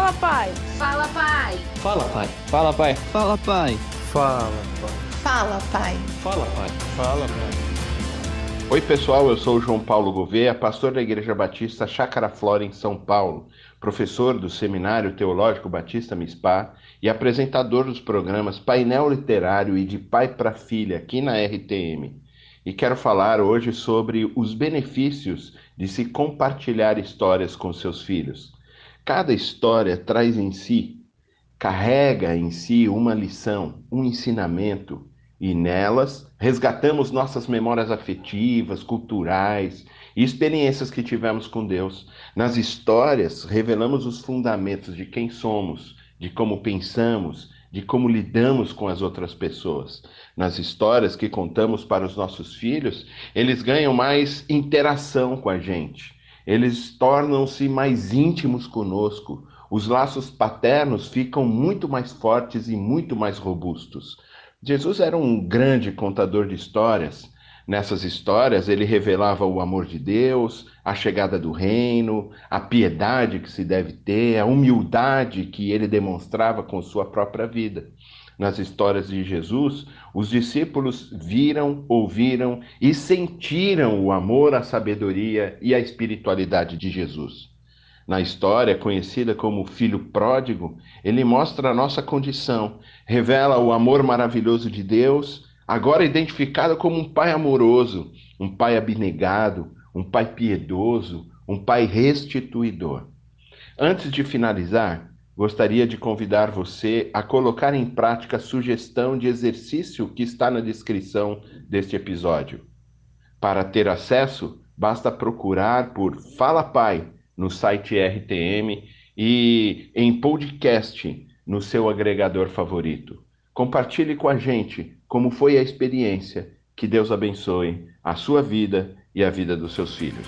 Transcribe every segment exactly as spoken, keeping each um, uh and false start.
Fala, pai. Fala, pai. Fala, pai. Fala, pai. Fala, pai. Fala, pai. Fala, pai. Fala, pai. Fala, pai. Oi, pessoal, eu sou o João Paulo Gouveia, pastor da Igreja Batista Chácara Flora, em São Paulo, professor do Seminário Teológico Batista Mispah e apresentador dos programas Painel Literário e de Pai para Filha aqui na R T M. E quero falar hoje sobre os benefícios de se compartilhar histórias com seus filhos. Cada história traz em si, carrega em si uma lição, um ensinamento, e nelas resgatamos nossas memórias afetivas, culturais e experiências que tivemos com Deus. Nas histórias revelamos os fundamentos de quem somos, de como pensamos, de como lidamos com as outras pessoas. Nas histórias que contamos para os nossos filhos, eles ganham mais interação com a gente. Eles tornam-se mais íntimos conosco. Os laços paternos ficam muito mais fortes e muito mais robustos. Jesus era um grande contador de histórias. Nessas histórias, ele revelava o amor de Deus, a chegada do reino, a piedade que se deve ter, a humildade que ele demonstrava com sua própria vida. Nas histórias de Jesus, os discípulos viram, ouviram e sentiram o amor, a sabedoria e a espiritualidade de Jesus. Na história, conhecida como Filho Pródigo, ele mostra a nossa condição, revela o amor maravilhoso de Deus, agora identificado como um pai amoroso, um pai abnegado, um pai piedoso, um pai restituidor. Antes de finalizar, gostaria de convidar você a colocar em prática a sugestão de exercício que está na descrição deste episódio. Para ter acesso, basta procurar por Fala Pai no site R T M e em podcast no seu agregador favorito. Compartilhe com a gente como foi a experiência. Que Deus abençoe a sua vida e a vida dos seus filhos.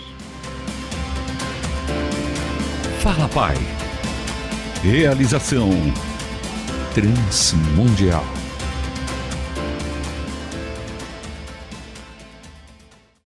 Fala Pai. Realização Transmundial.